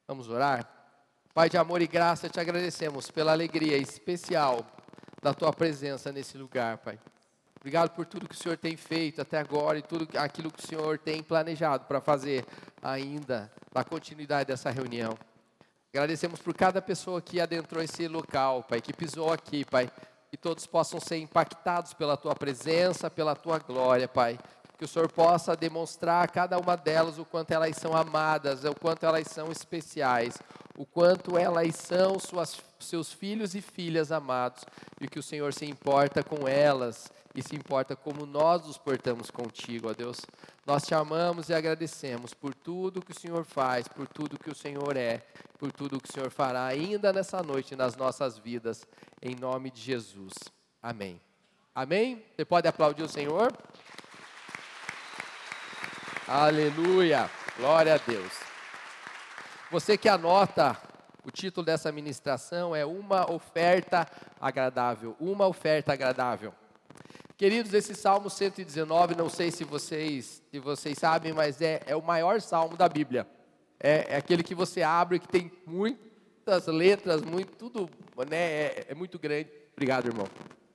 Vamos orar? Pai de amor e graça, te agradecemos pela alegria especial da Tua presença nesse lugar, Pai. Obrigado por tudo que o Senhor tem feito até agora e tudo aquilo que o Senhor tem planejado para fazer ainda na continuidade dessa reunião. Agradecemos por cada pessoa que adentrou esse local, Pai, que pisou aqui, Pai. Que todos possam ser impactados pela Tua presença, pela Tua glória, Pai. Que o Senhor possa demonstrar a cada uma delas o quanto elas são amadas, o quanto elas são especiais, o quanto elas são seus filhos e filhas amados, e que o Senhor se importa com elas e se importa como nós nos portamos contigo, ó Deus. Nós te amamos e agradecemos por tudo que o Senhor faz, por tudo que o Senhor é, por tudo que o Senhor fará ainda nessa noite nas nossas vidas, em nome de Jesus. Amém. Amém? Você pode aplaudir o Senhor? Aleluia, glória a Deus. Você que anota, o título dessa ministração é Uma Oferta Agradável. Uma Oferta Agradável. Queridos, esse Salmo 119, não sei se vocês sabem, mas é o maior salmo da Bíblia. É aquele que você abre, que tem muitas letras, tudo, né, é muito grande. Obrigado, irmão.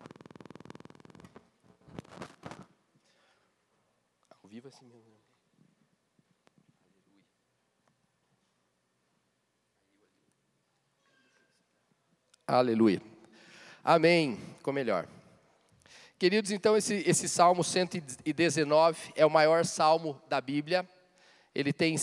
Ao vivo assim mesmo. Aleluia. Amém. Ficou melhor. Queridos, então esse Salmo 119 é o maior salmo da Bíblia. Ele tem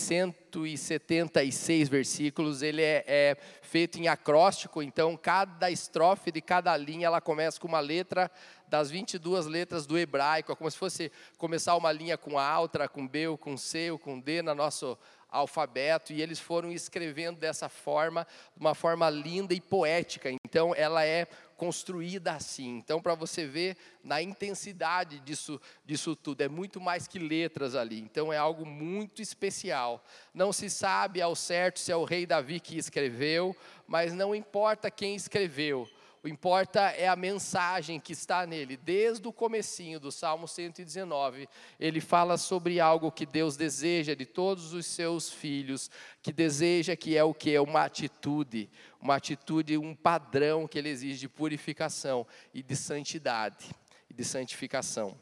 176 versículos, ele é feito em acróstico, então cada estrofe de cada linha, ela começa com uma letra das 22 letras do hebraico, é como se fosse começar uma linha com A, outra com B, ou com C, ou com D no nosso alfabeto, e eles foram escrevendo dessa forma, uma forma linda e poética, então ela é construída assim. Então, para você ver na intensidade disso tudo, é muito mais que letras ali, então é algo muito especial. Não se sabe ao certo se é o rei Davi que escreveu, mas não importa quem escreveu, o importa é a mensagem que está nele. Desde o comecinho do Salmo 119, ele fala sobre algo que Deus deseja de todos os seus filhos, que deseja que é o quê? Uma atitude, um padrão que ele exige de purificação e de santidade, e de santificação.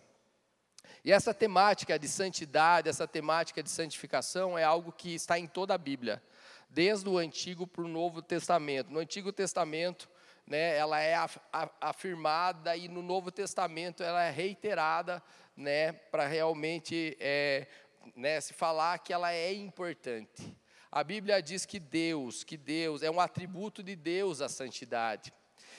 E essa temática de santidade, essa temática de santificação é algo que está em toda a Bíblia, desde o Antigo para o Novo Testamento. No Antigo Testamento, né, ela é afirmada, e no Novo Testamento ela é reiterada, né, para realmente se falar que ela é importante. A Bíblia diz que Deus é um atributo de Deus a santidade.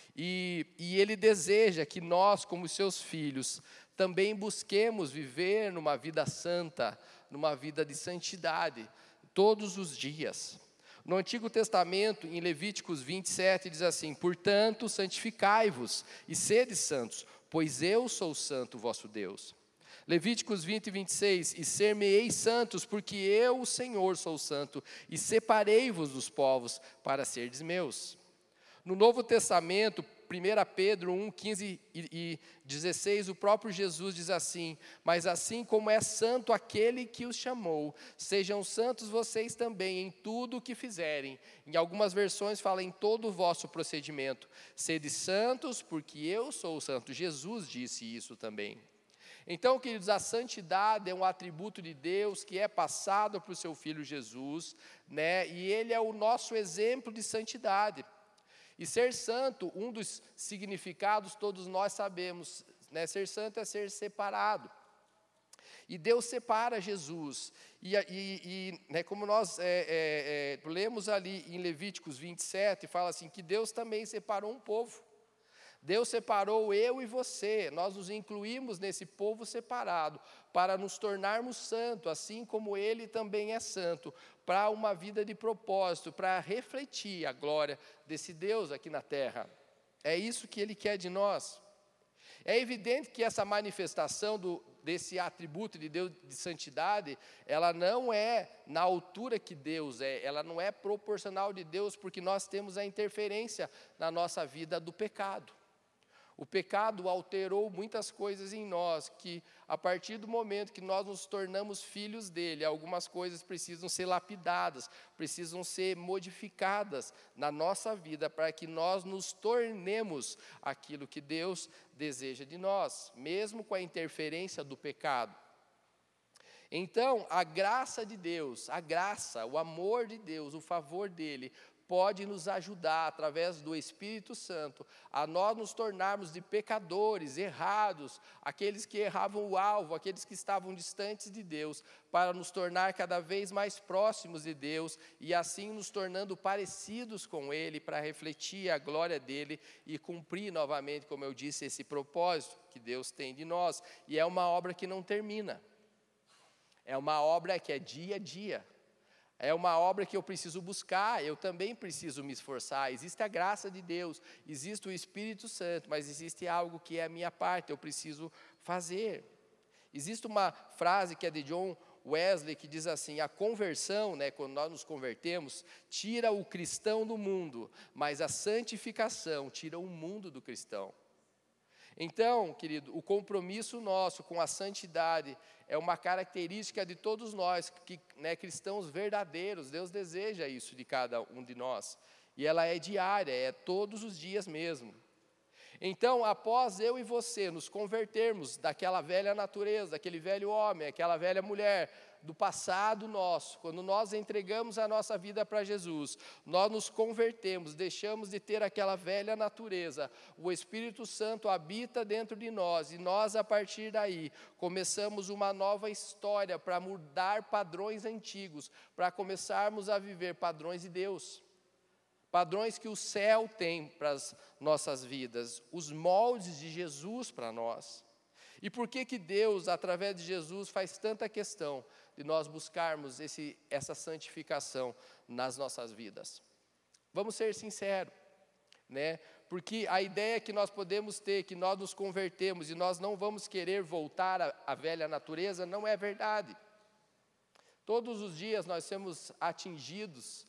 E Ele deseja que nós, como seus filhos, também busquemos viver numa vida santa, numa vida de santidade, todos os dias. No Antigo Testamento, em Levíticos 27, diz assim: portanto, santificai-vos e sede santos, pois eu sou o santo vosso Deus. Levíticos 20, 26, e ser-me-eis santos, porque eu, o Senhor, sou santo, e separei-vos dos povos para serdes meus. No Novo Testamento, 1 Pedro 1, 15 e 16, o próprio Jesus diz assim: mas assim como é santo aquele que os chamou, sejam santos vocês também em tudo o que fizerem. Em algumas versões fala em todo o vosso procedimento. Sede santos, porque eu sou santo. Jesus disse isso também. Então, queridos, a santidade é um atributo de Deus que é passado para o seu Filho Jesus, né? E Ele é o nosso exemplo de santidade. E ser santo, um dos significados todos nós sabemos, né? Ser santo é ser separado. E Deus separa Jesus. Né, como nós lemos ali em Levíticos 27, fala assim, que Deus também separou um povo. Deus separou eu e você, nós nos incluímos nesse povo separado, para nos tornarmos santos, assim como Ele também é santo, para uma vida de propósito, para refletir a glória desse Deus aqui na terra. É isso que Ele quer de nós. É evidente que essa manifestação desse atributo de Deus de santidade, ela não é na altura que Deus é, ela não é proporcional de Deus, porque nós temos a interferência na nossa vida do pecado. O pecado alterou muitas coisas em nós, que a partir do momento que nós nos tornamos filhos dele, algumas coisas precisam ser lapidadas, precisam ser modificadas na nossa vida, para que nós nos tornemos aquilo que Deus deseja de nós, mesmo com a interferência do pecado. Então, a graça de Deus, a graça, o amor de Deus, o favor dele, pode nos ajudar, através do Espírito Santo, a nós nos tornarmos de pecadores, errados, aqueles que erravam o alvo, aqueles que estavam distantes de Deus, para nos tornar cada vez mais próximos de Deus, e assim nos tornando parecidos com Ele, para refletir a glória dEle e cumprir novamente, como eu disse, esse propósito que Deus tem de nós. E é uma obra que não termina, é uma obra que é dia a dia. É uma obra que eu preciso buscar, eu também preciso me esforçar. Existe a graça de Deus, existe o Espírito Santo, mas existe algo que é a minha parte, eu preciso fazer. Existe uma frase que é de John Wesley, que diz assim: a conversão, quando nós nos convertemos, tira o cristão do mundo, mas a santificação tira o mundo do cristão. Então, querido, o compromisso nosso com a santidade é uma característica de todos nós, cristãos verdadeiros. Deus deseja isso de cada um de nós. E ela é diária, é todos os dias mesmo. Então, após eu e você nos convertermos daquela velha natureza, daquele velho homem, aquela velha mulher, do passado nosso, quando nós entregamos a nossa vida para Jesus, nós nos convertemos, deixamos de ter aquela velha natureza, o Espírito Santo habita dentro de nós, e nós, a partir daí, começamos uma nova história para mudar padrões antigos, para começarmos a viver padrões de Deus. Padrões que o céu tem para as nossas vidas, os moldes de Jesus para nós. E por que Deus, através de Jesus, faz tanta questão de nós buscarmos essa santificação nas nossas vidas? Vamos ser sinceros, Porque a ideia que nós podemos ter, que nós nos convertemos e nós não vamos querer voltar à velha natureza, não é verdade. Todos os dias nós somos atingidos,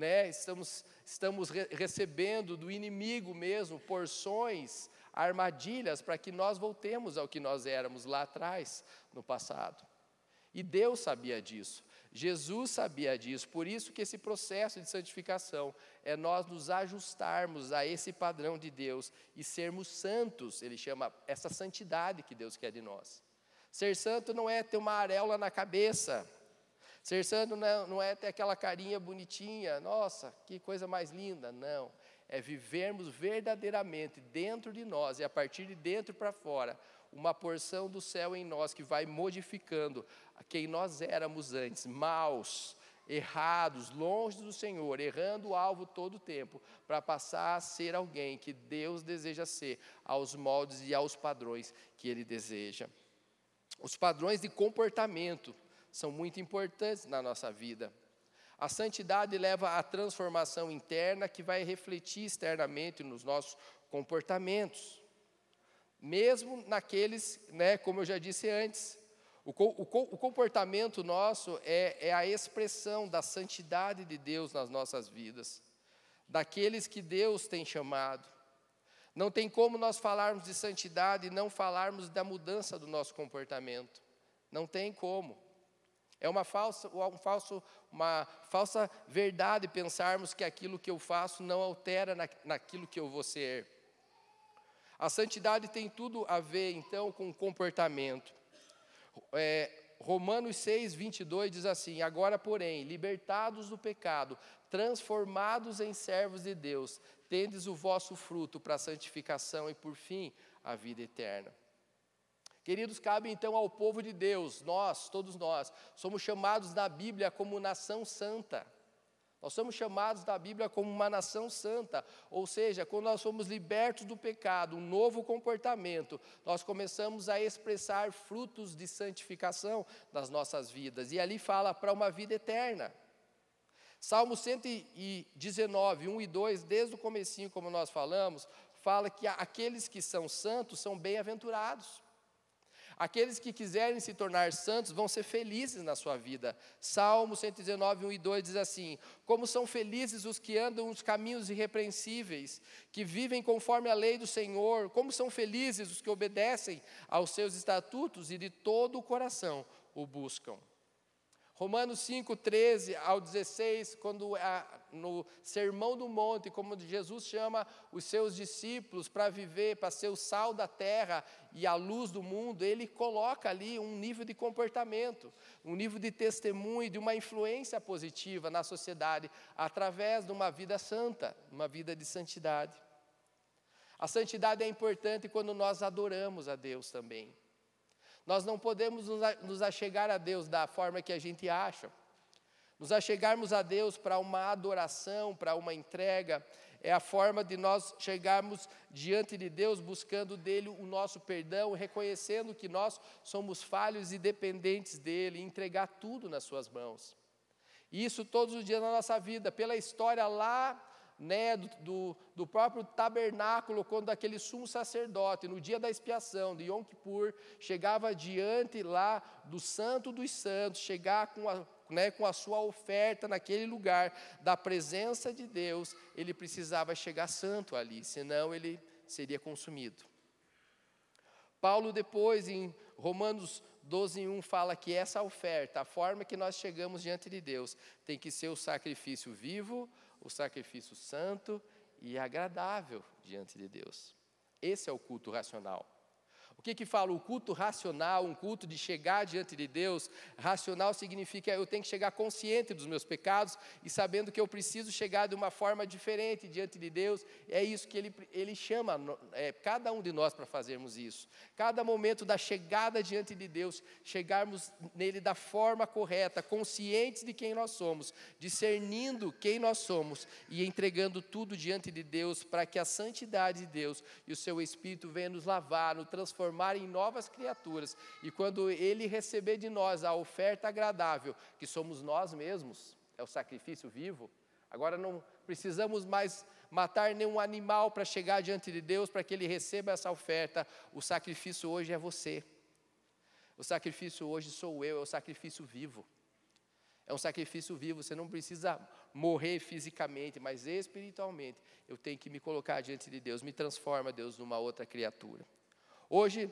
estamos recebendo do inimigo mesmo porções, armadilhas, para que nós voltemos ao que nós éramos lá atrás, no passado. E Deus sabia disso, Jesus sabia disso, por isso que esse processo de santificação é nós nos ajustarmos a esse padrão de Deus e sermos santos. Ele chama essa santidade que Deus quer de nós. Ser santo não é ter uma areola na cabeça. Ser santo não é ter aquela carinha bonitinha, nossa, que coisa mais linda, não. É vivermos verdadeiramente dentro de nós, e a partir de dentro para fora, uma porção do céu em nós que vai modificando quem nós éramos antes, maus, errados, longe do Senhor, errando o alvo todo o tempo, para passar a ser alguém que Deus deseja ser, aos moldes e aos padrões que Ele deseja. Os padrões de comportamento são muito importantes na nossa vida. A santidade leva à transformação interna que vai refletir externamente nos nossos comportamentos. Mesmo naqueles, como eu já disse antes, o comportamento nosso é a expressão da santidade de Deus nas nossas vidas, daqueles que Deus tem chamado. Não tem como nós falarmos de santidade e não falarmos da mudança do nosso comportamento. Não tem como. É uma falsa verdade pensarmos que aquilo que eu faço não altera naquilo que eu vou ser. A santidade tem tudo a ver, então, com o comportamento. Romanos 6, 22 diz assim: agora, porém, libertados do pecado, transformados em servos de Deus, tendes o vosso fruto para a santificação e, por fim, a vida eterna. Queridos, cabe então ao povo de Deus, todos nós, somos chamados na Bíblia como nação santa. Nós somos chamados da Bíblia como uma nação santa, ou seja, quando nós somos libertos do pecado, um novo comportamento, nós começamos a expressar frutos de santificação nas nossas vidas, e ali fala para uma vida eterna. Salmo 119, 1 e 2, desde o comecinho, como nós falamos, fala que aqueles que são santos são bem-aventurados. Aqueles que quiserem se tornar santos vão ser felizes na sua vida. Salmo 119, 1 e 2 diz assim: como são felizes os que andam nos caminhos irrepreensíveis, que vivem conforme a lei do Senhor. Como são felizes os que obedecem aos seus estatutos e de todo o coração o buscam. Romanos 5, 13 ao 16, quando no Sermão do Monte, como Jesus chama os seus discípulos para viver, para ser o sal da terra e a luz do mundo, ele coloca ali um nível de comportamento, um nível de testemunho, de uma influência positiva na sociedade, através de uma vida santa, uma vida de santidade. A santidade é importante quando nós adoramos a Deus também. Nós não podemos nos achegar a Deus da forma que a gente acha. Nos achegarmos a Deus para uma adoração, para uma entrega, é a forma de nós chegarmos diante de Deus, buscando dele o nosso perdão, reconhecendo que nós somos falhos e dependentes dele, e entregar tudo nas suas mãos. E isso todos os dias da nossa vida, pela história lá, do próprio tabernáculo, quando aquele sumo sacerdote, no dia da expiação, de Yom Kippur, chegava diante lá do Santo dos Santos, chegar com a sua oferta naquele lugar, da presença de Deus, ele precisava chegar santo ali, senão ele seria consumido. Paulo depois, em Romanos 12, 1, fala que essa oferta, a forma que nós chegamos diante de Deus, tem que ser o sacrifício vivo, o sacrifício santo e agradável diante de Deus. Esse é o culto racional. O que fala o culto racional, um culto de chegar diante de Deus? Racional significa eu tenho que chegar consciente dos meus pecados e sabendo que eu preciso chegar de uma forma diferente diante de Deus. É isso que ele chama cada um de nós para fazermos isso. Cada momento da chegada diante de Deus, chegarmos nele da forma correta, conscientes de quem nós somos, discernindo quem nós somos e entregando tudo diante de Deus para que a santidade de Deus e o seu Espírito venha nos lavar, nos transformar em novas criaturas, e quando ele receber de nós a oferta agradável, que somos nós mesmos, é o sacrifício vivo, agora não precisamos mais matar nenhum animal para chegar diante de Deus, para que ele receba essa oferta. O sacrifício hoje é você, o sacrifício hoje sou eu, é o sacrifício vivo. É um sacrifício vivo, você não precisa morrer fisicamente, mas espiritualmente, eu tenho que me colocar diante de Deus, me transforma, Deus, numa outra criatura. Hoje,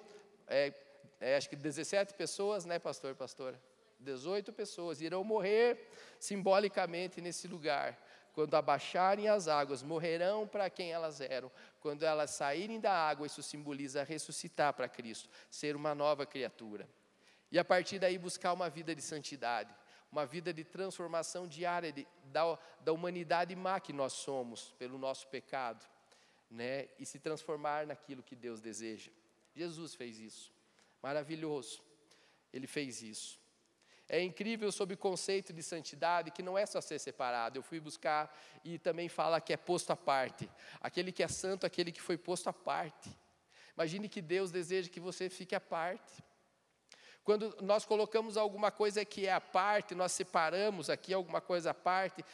acho que 17 pessoas, né, pastora? 18 pessoas irão morrer simbolicamente nesse lugar. Quando abaixarem as águas, morrerão para quem elas eram. Quando elas saírem da água, isso simboliza ressuscitar para Cristo, ser uma nova criatura. E a partir daí buscar uma vida de santidade, uma vida de transformação diária da humanidade má que nós somos, pelo nosso pecado, né, e se transformar naquilo que Deus deseja. Jesus fez isso, maravilhoso, ele fez isso. É incrível sobre o conceito de santidade, que não é só ser separado. Eu fui buscar e também fala que é posto à parte. Aquele que é santo, aquele que foi posto à parte. Imagine que Deus deseja que você fique à parte. Quando nós colocamos alguma coisa que é à parte, nós separamos aqui alguma coisa à parte,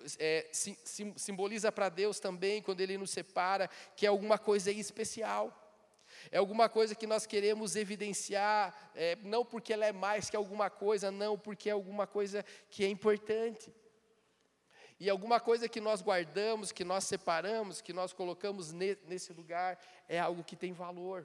simboliza para Deus também, quando Ele nos separa, que é alguma coisa especial. É alguma coisa que nós queremos evidenciar, não porque ela é mais que alguma coisa, não, porque é alguma coisa que é importante. E alguma coisa que nós guardamos, que nós separamos, que nós colocamos nesse lugar, é algo que tem valor.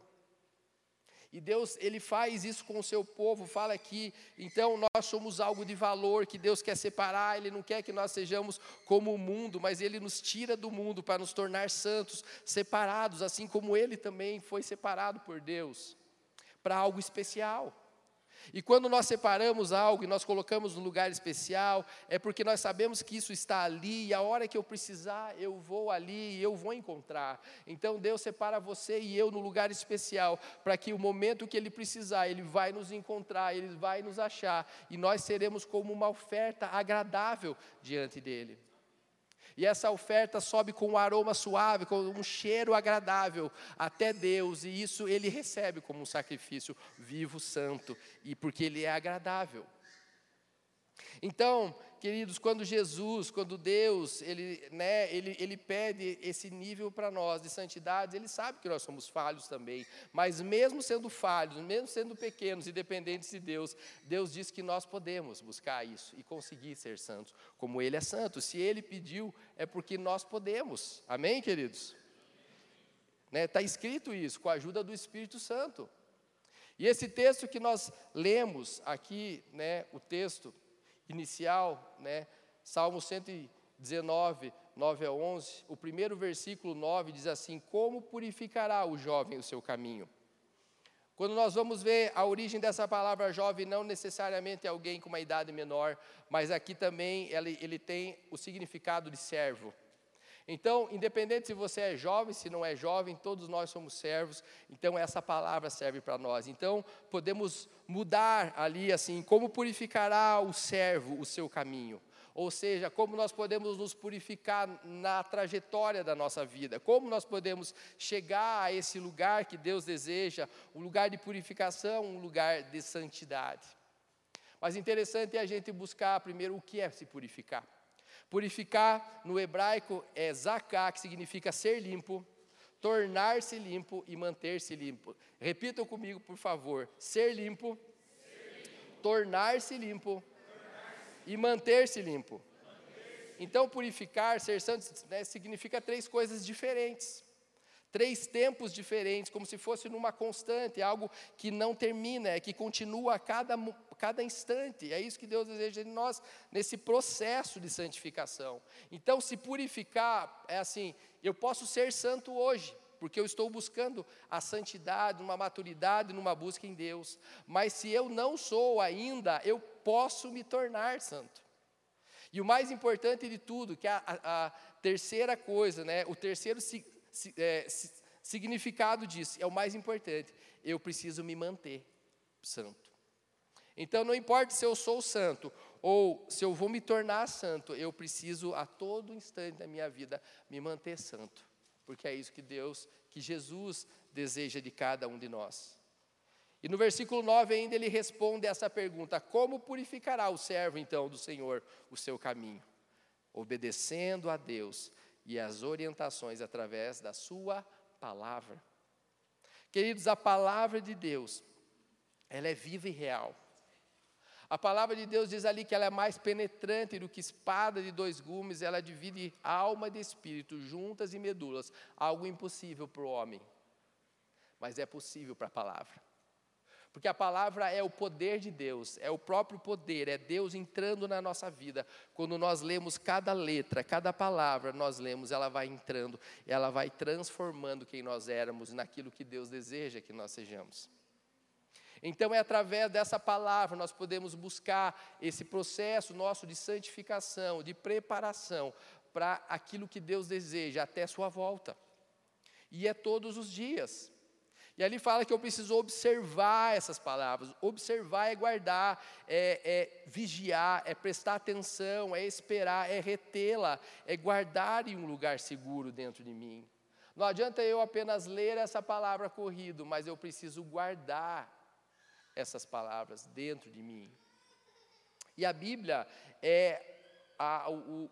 E Deus, Ele faz isso com o seu povo, fala aqui, então nós somos algo de valor, que Deus quer separar, Ele não quer que nós sejamos como o mundo, mas Ele nos tira do mundo para nos tornar santos, separados, assim como Ele também foi separado por Deus, para algo especial. E quando nós separamos algo e nós colocamos no lugar especial, é porque nós sabemos que isso está ali, e a hora que eu precisar, eu vou ali e eu vou encontrar. Então Deus separa você e eu no lugar especial, para que o momento que Ele precisar, Ele vai nos encontrar, Ele vai nos achar, e nós seremos como uma oferta agradável diante dEle. E essa oferta sobe com um aroma suave, com um cheiro agradável até Deus, e isso Ele recebe como um sacrifício vivo, santo, e porque Ele é agradável. Então, queridos, quando Deus, ele pede esse nível para nós de santidade, Ele sabe que nós somos falhos também, mas mesmo sendo falhos, mesmo sendo pequenos e dependentes de Deus, Deus diz que nós podemos buscar isso e conseguir ser santos, como Ele é santo. Se Ele pediu, é porque nós podemos, amém, queridos? Está escrito isso, com a ajuda do Espírito Santo. E esse texto que nós lemos aqui, o texto inicial, Salmo 119, 9 a 11, o primeiro versículo 9 diz assim: como purificará o jovem o seu caminho? Quando nós vamos ver a origem dessa palavra jovem, não necessariamente é alguém com uma idade menor, mas aqui também ele tem o significado de servo. Então, independente se você é jovem, se não é jovem, todos nós somos servos, então essa palavra serve para nós. Então, podemos mudar ali assim, como purificará o servo o seu caminho? Ou seja, como nós podemos nos purificar na trajetória da nossa vida, como nós podemos chegar a esse lugar que Deus deseja, um lugar de purificação, um lugar de santidade. Mas interessante é a gente buscar primeiro o que é se purificar. Purificar no hebraico é zaká, que significa ser limpo, tornar-se limpo e manter-se limpo. Repitam comigo, por favor: ser limpo, tornar-se limpo e manter-se limpo. Então, purificar, ser santo, significa 3 coisas diferentes. 3 tempos diferentes, como se fosse numa constante, algo que não termina, que continua a cada instante. É isso que Deus deseja de nós, nesse processo de santificação. Então, se purificar, é assim, eu posso ser santo hoje, porque eu estou buscando a santidade, uma maturidade, numa busca em Deus. Mas se eu não sou ainda, eu posso me tornar santo. E o mais importante de tudo, que a terceira coisa, o terceiro significado disso, é o mais importante: eu preciso me manter santo. Então, não importa se eu sou santo ou se eu vou me tornar santo, eu preciso a todo instante da minha vida me manter santo, porque é isso que Jesus deseja de cada um de nós. E no versículo 9 ainda ele responde essa pergunta: como purificará o servo então do Senhor o seu caminho? Obedecendo a Deus e as orientações através da sua palavra. Queridos, a palavra de Deus, ela é viva e real. A palavra de Deus diz ali que ela é mais penetrante do que espada de 2 gumes, ela divide alma e espírito, juntas e medulas, algo impossível para o homem, mas é possível para a palavra. Porque a palavra é o poder de Deus, é o próprio poder, é Deus entrando na nossa vida. Quando nós lemos cada letra, cada palavra nós lemos, ela vai entrando, ela vai transformando quem nós éramos naquilo que Deus deseja que nós sejamos. Então é através dessa palavra nós podemos buscar esse processo nosso de santificação, de preparação para aquilo que Deus deseja até sua volta. E é todos os dias. E ali fala que eu preciso observar essas palavras. Observar é guardar, é vigiar, é prestar atenção, é esperar, é retê-la, é guardar em um lugar seguro dentro de mim. Não adianta eu apenas ler essa palavra corrido, mas eu preciso guardar essas palavras dentro de mim. E a Bíblia é a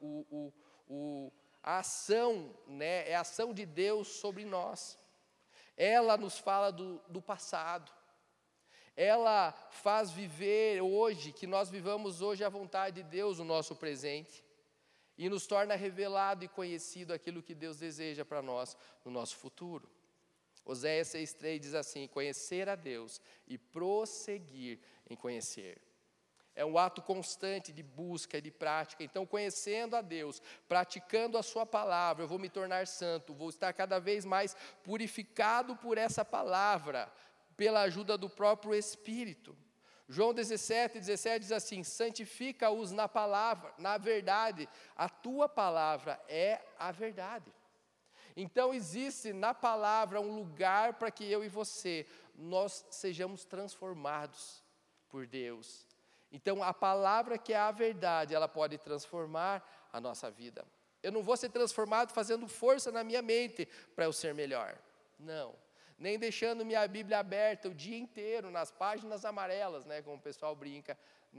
ação, é a ação de Deus sobre nós. Ela nos fala do passado. Ela faz viver hoje, que nós vivamos hoje a vontade de Deus no nosso presente. E nos torna revelado e conhecido aquilo que Deus deseja para nós no nosso futuro. Oséias 6,3 diz assim: conhecer a Deus e prosseguir em conhecer. É um ato constante de busca e de prática. Então, conhecendo a Deus, praticando a sua palavra, eu vou me tornar santo, vou estar cada vez mais purificado por essa palavra, pela ajuda do próprio Espírito. João 17 diz assim: santifica-os na palavra, na verdade, a tua palavra é a verdade. Então existe na palavra um lugar para que eu e você, nós sejamos transformados por Deus. Então a palavra que é a verdade, ela pode transformar a nossa vida. Eu não vou ser transformado fazendo força na minha mente para eu ser melhor. Não. Nem deixando minha Bíblia aberta o dia inteiro, nas páginas amarelas, como o pessoal brinca,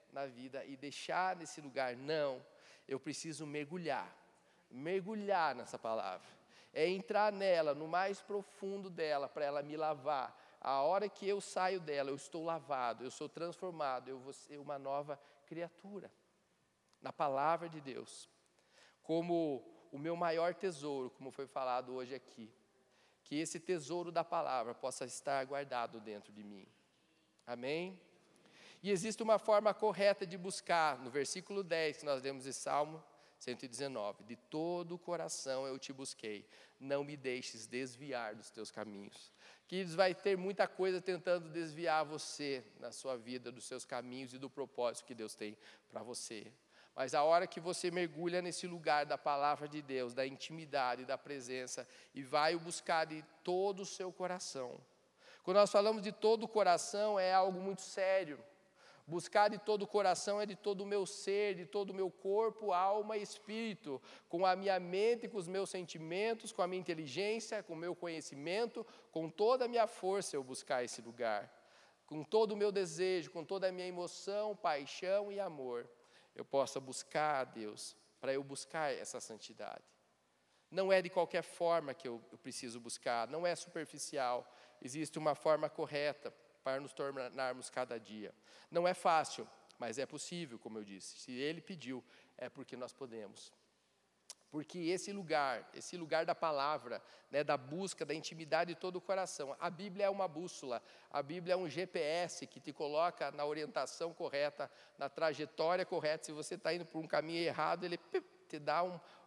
na vida e deixar nesse lugar. Não, eu preciso mergulhar nessa palavra. É entrar nela, no mais profundo dela, para ela me lavar. A hora que eu saio dela, eu estou lavado, eu sou transformado, eu vou ser uma nova criatura. Na palavra de Deus. Como o meu maior tesouro, como foi falado hoje aqui. Que esse tesouro da palavra possa estar guardado dentro de mim. Amém? E existe uma forma correta de buscar, no versículo 10, que nós lemos de Salmo 119. De todo o coração eu te busquei, não me deixes desviar dos teus caminhos. Queridos, vai ter muita coisa tentando desviar você na sua vida, dos seus caminhos e do propósito que Deus tem para você. Mas a hora que você mergulha nesse lugar da palavra de Deus, da intimidade, da presença, e vai o buscar de todo o seu coração. Quando nós falamos de todo o coração, é algo muito sério. Buscar de todo o coração é de todo o meu ser, de todo o meu corpo, alma e espírito, com a minha mente, com os meus sentimentos, com a minha inteligência, com o meu conhecimento, com toda a minha força eu buscar esse lugar. Com todo o meu desejo, com toda a minha emoção, paixão e amor, eu possa buscar a Deus, para eu buscar essa santidade. Não é de qualquer forma que eu preciso buscar, não é superficial, existe uma forma correta para nos tornarmos cada dia. Não é fácil, mas é possível, como eu disse. Se Ele pediu, é porque nós podemos. Porque esse lugar da palavra, né, da busca, da intimidade de todo o coração, a Bíblia é uma bússola, a Bíblia é um GPS que te coloca na orientação correta, na trajetória correta. Se você está indo por um caminho errado, ele te dá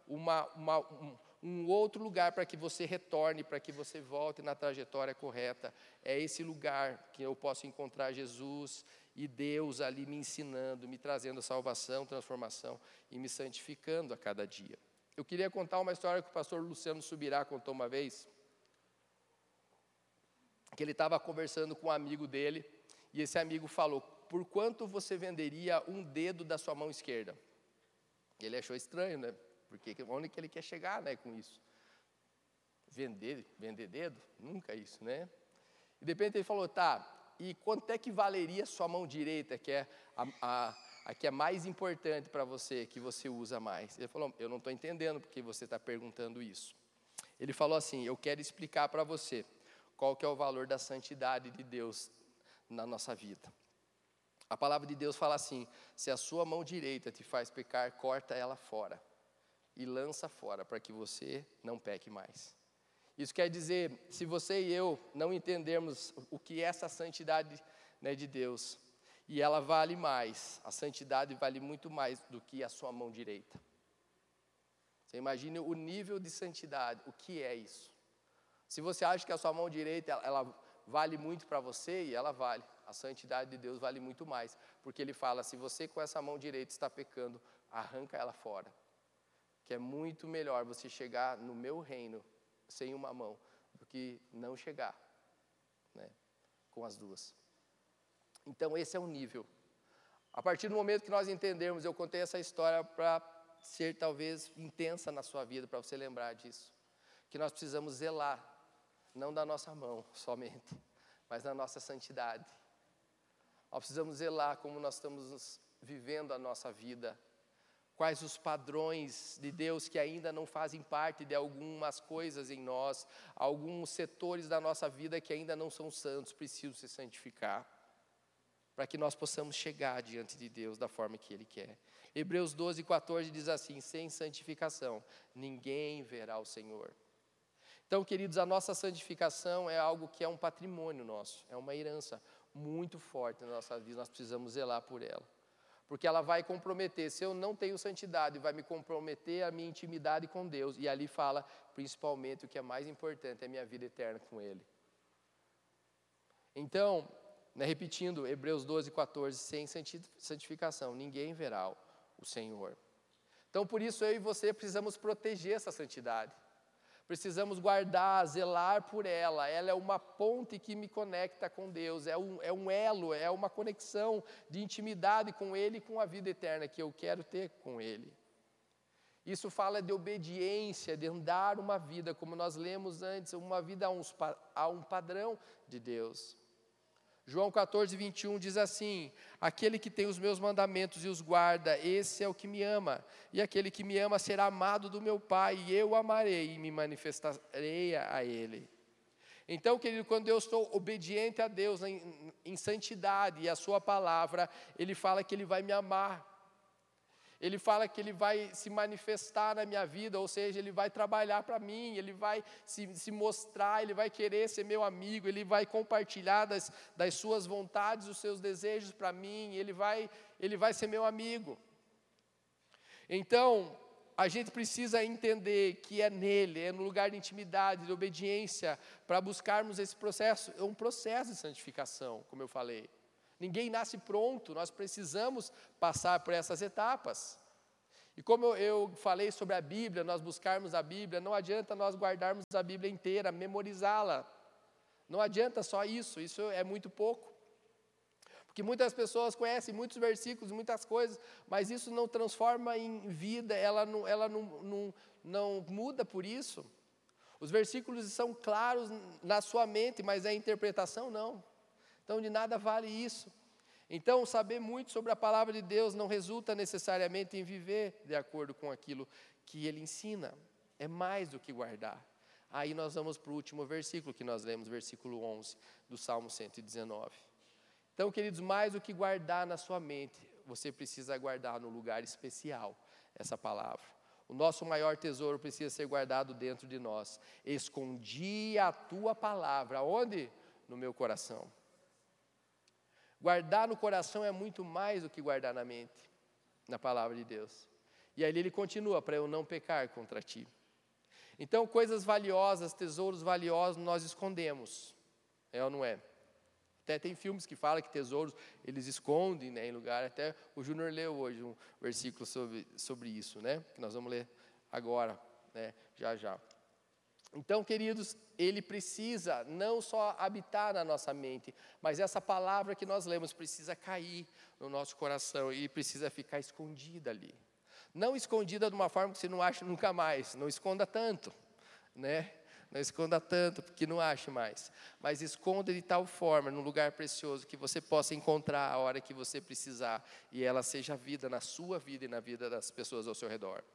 um outro lugar para que você retorne, para que você volte na trajetória correta. É esse lugar que eu posso encontrar Jesus e Deus ali me ensinando, me trazendo salvação, transformação e me santificando a cada dia. Eu queria contar uma história que o pastor Luciano Subirá contou uma vez, que ele estava conversando com um amigo dele, e esse amigo falou: por quanto você venderia um dedo da sua mão esquerda? Ele achou estranho, né? Porque onde que ele quer chegar, né, com isso? Vender dedo? Nunca isso, né? E de repente ele falou: tá, e quanto é que valeria a sua mão direita, que é a que é mais importante para você, que você usa mais? Ele falou: eu não estou entendendo porque você está perguntando isso. Ele falou assim: eu quero explicar para você qual que é o valor da santidade de Deus na nossa vida. A palavra de Deus fala assim: se a sua mão direita te faz pecar, corta ela fora e lança fora, para que você não peque mais. Isso quer dizer, se você e eu não entendermos o que é essa santidade, né, de Deus, e ela vale mais, a santidade vale muito mais do que a sua mão direita. Você imagine o nível de santidade, o que é isso? Se você acha que a sua mão direita, ela vale muito para você, e ela vale, a santidade de Deus vale muito mais, porque Ele fala: se você com essa mão direita está pecando, arranca ela fora, que é muito melhor você chegar no meu reino sem uma mão, do que não chegar, né, com as duas. Então esse é o nível. A partir do momento que nós entendermos, eu contei essa história para ser talvez intensa na sua vida, para você lembrar disso, que nós precisamos zelar, não da nossa mão somente, mas da nossa santidade. Nós precisamos zelar como nós estamos vivendo a nossa vida, quais os padrões de Deus que ainda não fazem parte de algumas coisas em nós, alguns setores da nossa vida que ainda não são santos, precisam se santificar, para que nós possamos chegar diante de Deus da forma que Ele quer. Hebreus 12:14 diz assim: sem santificação, ninguém verá o Senhor. Então, queridos, a nossa santificação é algo que é um patrimônio nosso, é uma herança muito forte na nossa vida, nós precisamos zelar por ela. Porque ela vai comprometer, se eu não tenho santidade, vai me comprometer a minha intimidade com Deus. E ali fala, principalmente, o que é mais importante, é a minha vida eterna com Ele. Então, né, repetindo, Hebreus 12:14, sem santificação, ninguém verá o Senhor. Então, por isso, eu e você precisamos proteger essa santidade. Precisamos guardar, zelar por ela. Ela é uma ponte que me conecta com Deus, é um elo, é uma conexão de intimidade com Ele e com a vida eterna que eu quero ter com Ele. Isso fala de obediência, de andar uma vida, como nós lemos antes, uma vida a um padrão de Deus. João 14, 21 diz assim: aquele que tem os meus mandamentos e os guarda, esse é o que me ama. E aquele que me ama será amado do meu Pai, e eu o amarei e me manifestarei a ele. Então, querido, quando eu estou obediente a Deus em santidade e a sua palavra, Ele fala que Ele vai me amar. Ele fala que Ele vai se manifestar na minha vida, ou seja, Ele vai trabalhar para mim, Ele vai se mostrar, Ele vai querer ser meu amigo, Ele vai compartilhar das suas vontades, os seus desejos para mim, Ele vai ser meu amigo. Então, a gente precisa entender que é nele, é no lugar de intimidade, de obediência, para buscarmos esse processo. É um processo de santificação, como eu falei. Ninguém nasce pronto, nós precisamos passar por essas etapas. E como eu falei sobre a Bíblia, nós buscarmos a Bíblia, não adianta nós guardarmos a Bíblia inteira, memorizá-la. Não adianta só isso é muito pouco. Porque muitas pessoas conhecem muitos versículos, muitas coisas, mas isso não transforma em vida, ela não muda por isso. Os versículos são claros na sua mente, mas a interpretação não. Então, de nada vale isso. Então, saber muito sobre a palavra de Deus não resulta necessariamente em viver de acordo com aquilo que Ele ensina. É mais do que guardar. Aí nós vamos para o último versículo que nós lemos, versículo 11 do Salmo 119. Então, queridos, mais do que guardar na sua mente, você precisa guardar no lugar especial essa palavra. O nosso maior tesouro precisa ser guardado dentro de nós. Escondi a tua palavra, onde? No meu coração. Guardar no coração é muito mais do que guardar na mente, na palavra de Deus. E aí ele continua, para eu não pecar contra ti. Então, coisas valiosas, tesouros valiosos, nós escondemos. É ou não é? Até tem filmes que falam que tesouros, eles escondem, né, em lugar. Até o Júnior leu hoje um versículo sobre isso, né? Que nós vamos ler agora, né, já. Então, queridos, ele precisa não só habitar na nossa mente, mas essa palavra que nós lemos precisa cair no nosso coração e precisa ficar escondida ali. Não escondida de uma forma que você não acha nunca mais, não esconda tanto, né? Não esconda tanto, porque não ache mais. Mas esconda de tal forma, num lugar precioso, que você possa encontrar a hora que você precisar. E ela seja vida na sua vida e na vida das pessoas ao seu redor.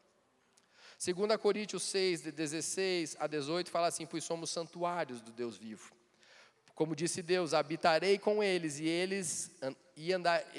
2 Coríntios 6, de 16 a 18, fala assim: pois somos santuários do Deus vivo. Como disse Deus, habitarei com eles, e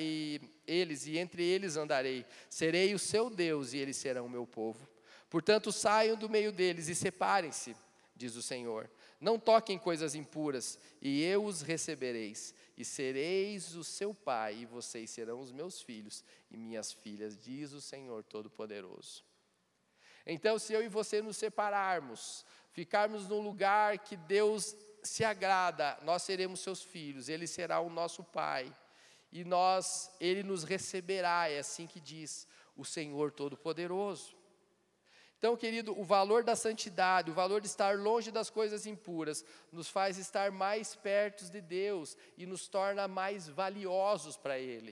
entre eles andarei. Serei o seu Deus, e eles serão o meu povo. Portanto, saiam do meio deles e separem-se, diz o Senhor. Não toquem coisas impuras, e eu os recebereis. E sereis o seu pai, e vocês serão os meus filhos e minhas filhas, diz o Senhor Todo-Poderoso. Então, se eu e você nos separarmos, ficarmos no lugar que Deus se agrada, nós seremos seus filhos, Ele será o nosso pai, e Ele nos receberá, é assim que diz o Senhor Todo-Poderoso. Então, querido, o valor da santidade, o valor de estar longe das coisas impuras, nos faz estar mais perto de Deus e nos torna mais valiosos para Ele.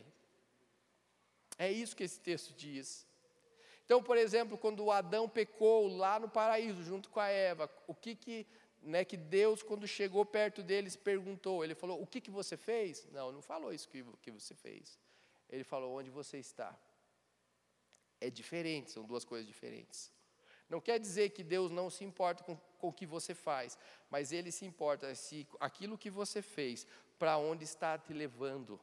É isso que esse texto diz. Então, por exemplo, quando o Adão pecou lá no paraíso, junto com a Eva, o que Deus, quando chegou perto deles, perguntou? Ele falou: o que você fez? Não falou isso que você fez. Ele falou: onde você está? É diferente, são duas coisas diferentes. Não quer dizer que Deus não se importa com o que você faz, mas Ele se importa se aquilo que você fez, para onde está te levando.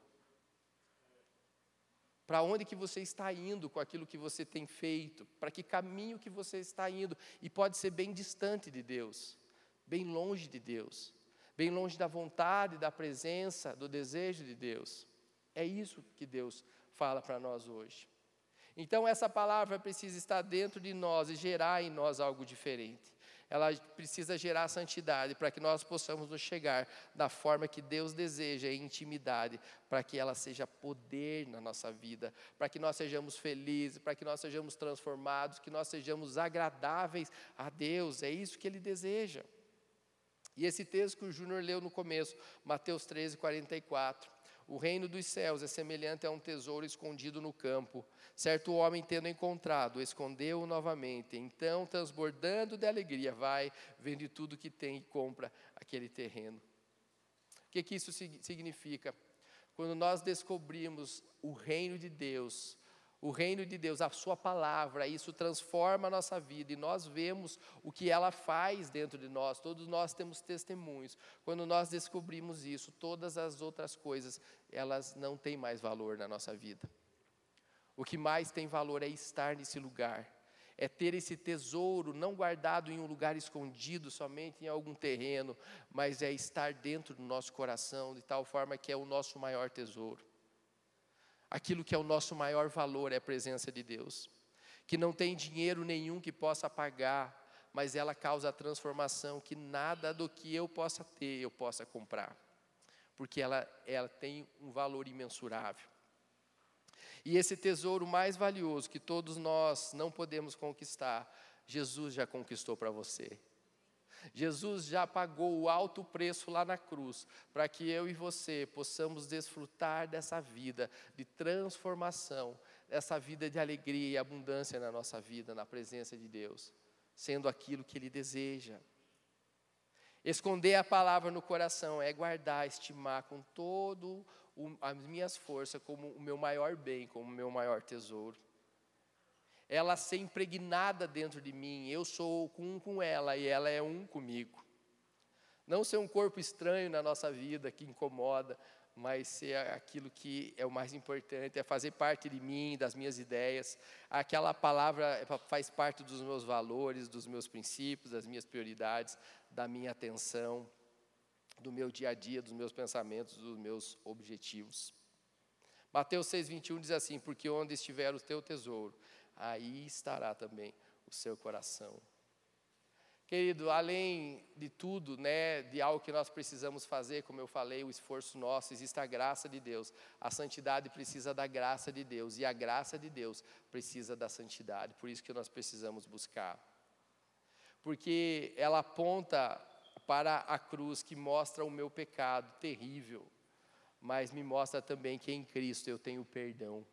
Para onde que você está indo com aquilo que você tem feito? Para que caminho que você está indo? E pode ser bem distante de Deus, bem longe de Deus, bem longe da vontade, da presença, do desejo de Deus. É isso que Deus fala para nós hoje. Então essa palavra precisa estar dentro de nós e gerar em nós algo diferente. Ela precisa gerar santidade para que nós possamos nos chegar da forma que Deus deseja, em intimidade, para que ela seja poder na nossa vida, para que nós sejamos felizes, para que nós sejamos transformados, que nós sejamos agradáveis a Deus. É isso que Ele deseja. E esse texto que o Júnior leu no começo, Mateus 13, 44. O reino dos céus é semelhante a um tesouro escondido no campo. Certo homem, tendo encontrado, escondeu-o novamente. Então, transbordando de alegria, vai, vende tudo que tem e compra aquele terreno. que isso significa? Quando nós descobrimos o reino de Deus, a sua palavra, isso transforma a nossa vida e nós vemos o que ela faz dentro de nós, todos nós temos testemunhos. Quando nós descobrimos isso, todas as outras coisas, elas não têm mais valor na nossa vida. O que mais tem valor é estar nesse lugar, é ter esse tesouro não guardado em um lugar escondido, somente em algum terreno, mas é estar dentro do nosso coração, de tal forma que é o nosso maior tesouro. Aquilo que é o nosso maior valor é a presença de Deus, que não tem dinheiro nenhum que possa pagar, mas ela causa a transformação que nada do que eu possa ter, eu possa comprar, porque ela tem um valor imensurável. E esse tesouro mais valioso que todos nós não podemos conquistar, Jesus já conquistou para você. Jesus já pagou o alto preço lá na cruz, para que eu e você possamos desfrutar dessa vida de transformação, dessa vida de alegria e abundância na nossa vida, na presença de Deus, sendo aquilo que Ele deseja. Esconder a palavra no coração é guardar, estimar com todo as minhas forças como o meu maior bem, como o meu maior tesouro. Ela ser impregnada dentro de mim, eu sou um com ela e ela é um comigo. Não ser um corpo estranho na nossa vida que incomoda, mas ser aquilo que é o mais importante, é fazer parte de mim, das minhas ideias. Aquela palavra faz parte dos meus valores, dos meus princípios, das minhas prioridades, da minha atenção, do meu dia a dia, dos meus pensamentos, dos meus objetivos. Mateus 6,21 diz assim: porque onde estiver o teu tesouro, aí estará também o seu coração. Querido, além de tudo, de algo que nós precisamos fazer, como eu falei, o esforço nosso, existe a graça de Deus. A santidade precisa da graça de Deus, e a graça de Deus precisa da santidade. Por isso que nós precisamos buscar. Porque ela aponta para a cruz que mostra o meu pecado terrível, mas me mostra também que em Cristo eu tenho perdão.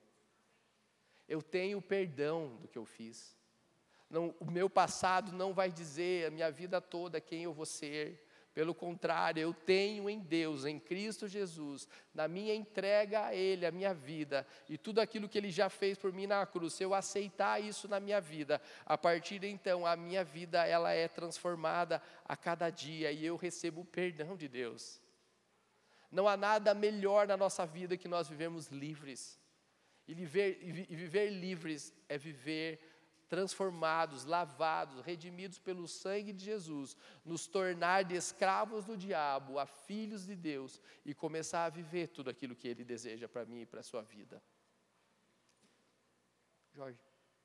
Eu tenho perdão do que eu fiz. Não, o meu passado não vai dizer a minha vida toda quem eu vou ser. Pelo contrário, eu tenho em Deus, em Cristo Jesus, na minha entrega a Ele, a minha vida, e tudo aquilo que Ele já fez por mim na cruz, se eu aceitar isso na minha vida, a partir de então, a minha vida ela é transformada a cada dia, e eu recebo o perdão de Deus. Não há nada melhor na nossa vida que nós vivemos livres. E viver livres é viver transformados, lavados, redimidos pelo sangue de Jesus, nos tornar de escravos do diabo a filhos de Deus e começar a viver tudo aquilo que Ele deseja para mim e para a sua vida. Jorge.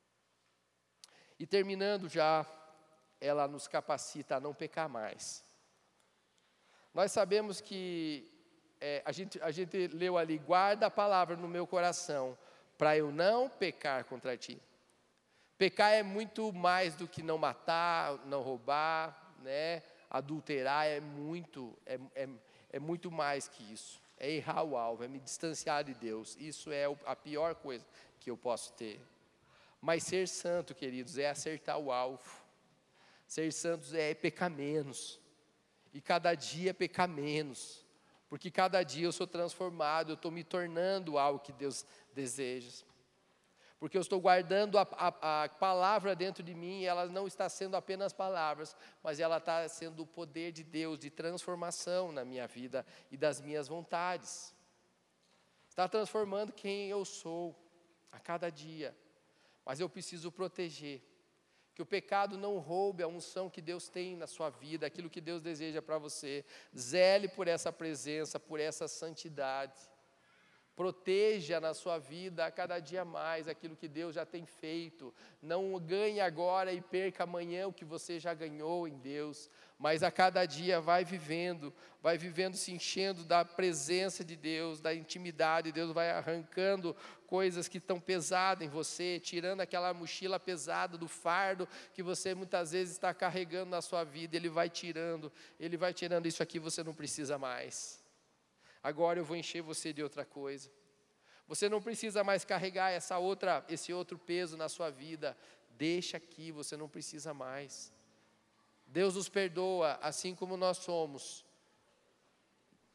E terminando já, ela nos capacita a não pecar mais. Nós sabemos que a gente leu ali: guarda a palavra no meu coração, para eu não pecar contra ti. Pecar é muito mais do que não matar, não roubar, adulterar, é muito mais que isso. É errar o alvo, é me distanciar de Deus. Isso é a pior coisa que eu posso ter. Mas ser santo, queridos, é acertar o alvo. Ser santos é pecar menos. E cada dia pecar menos. Porque cada dia eu sou transformado, eu estou me tornando algo que Deus deseja. Porque eu estou guardando a palavra dentro de mim, e ela não está sendo apenas palavras, mas ela está sendo o poder de Deus, de transformação na minha vida e das minhas vontades. Está transformando quem eu sou a cada dia, mas eu preciso proteger. Que o pecado não roube a unção que Deus tem na sua vida, aquilo que Deus deseja para você. Zele por essa presença, por essa santidade. Proteja na sua vida a cada dia mais aquilo que Deus já tem feito. Não ganhe agora e perca amanhã o que você já ganhou em Deus. Mas a cada dia vai vivendo se enchendo da presença de Deus, da intimidade. Deus vai arrancando coisas que estão pesadas em você, tirando aquela mochila pesada do fardo que você muitas vezes está carregando na sua vida. Ele vai tirando isso aqui, você não precisa mais. Agora eu vou encher você de outra coisa. Você não precisa mais carregar esse outro peso na sua vida. Deixa aqui, você não precisa mais. Deus nos perdoa assim como nós somos.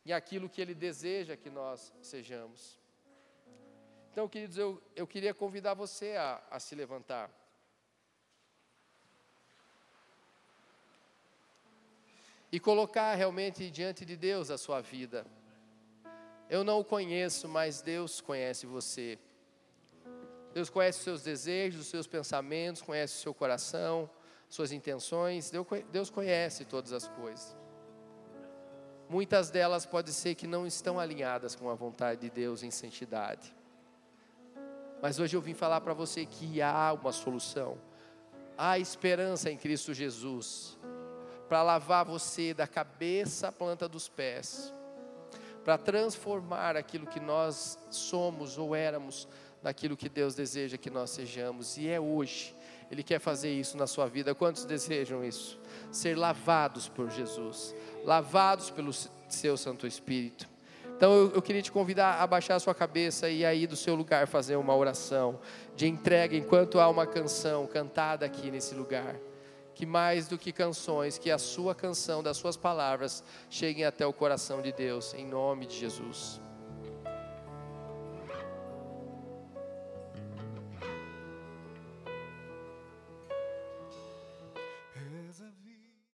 e aquilo que Ele deseja que nós sejamos. Então, queridos, eu queria convidar você a se levantar. E colocar realmente diante de Deus a sua vida. Eu não o conheço, mas Deus conhece você. Deus conhece os seus desejos, os seus pensamentos, conhece o seu coração, suas intenções. Deus conhece todas as coisas. Muitas delas pode ser que não estão alinhadas com a vontade de Deus em santidade. Mas hoje eu vim falar para você que há uma solução. Há esperança em Cristo Jesus. Para lavar você da cabeça à planta dos pés. Para transformar aquilo que nós somos ou éramos naquilo que Deus deseja que nós sejamos. E é hoje. Ele quer fazer isso na sua vida. Quantos desejam isso? Ser lavados por Jesus. Lavados pelo seu Santo Espírito. Então eu queria te convidar a baixar a sua cabeça e aí do seu lugar fazer uma oração de entrega enquanto há uma canção cantada aqui nesse lugar. Que mais do que canções, que a sua canção, das suas palavras, cheguem até o coração de Deus, em nome de Jesus.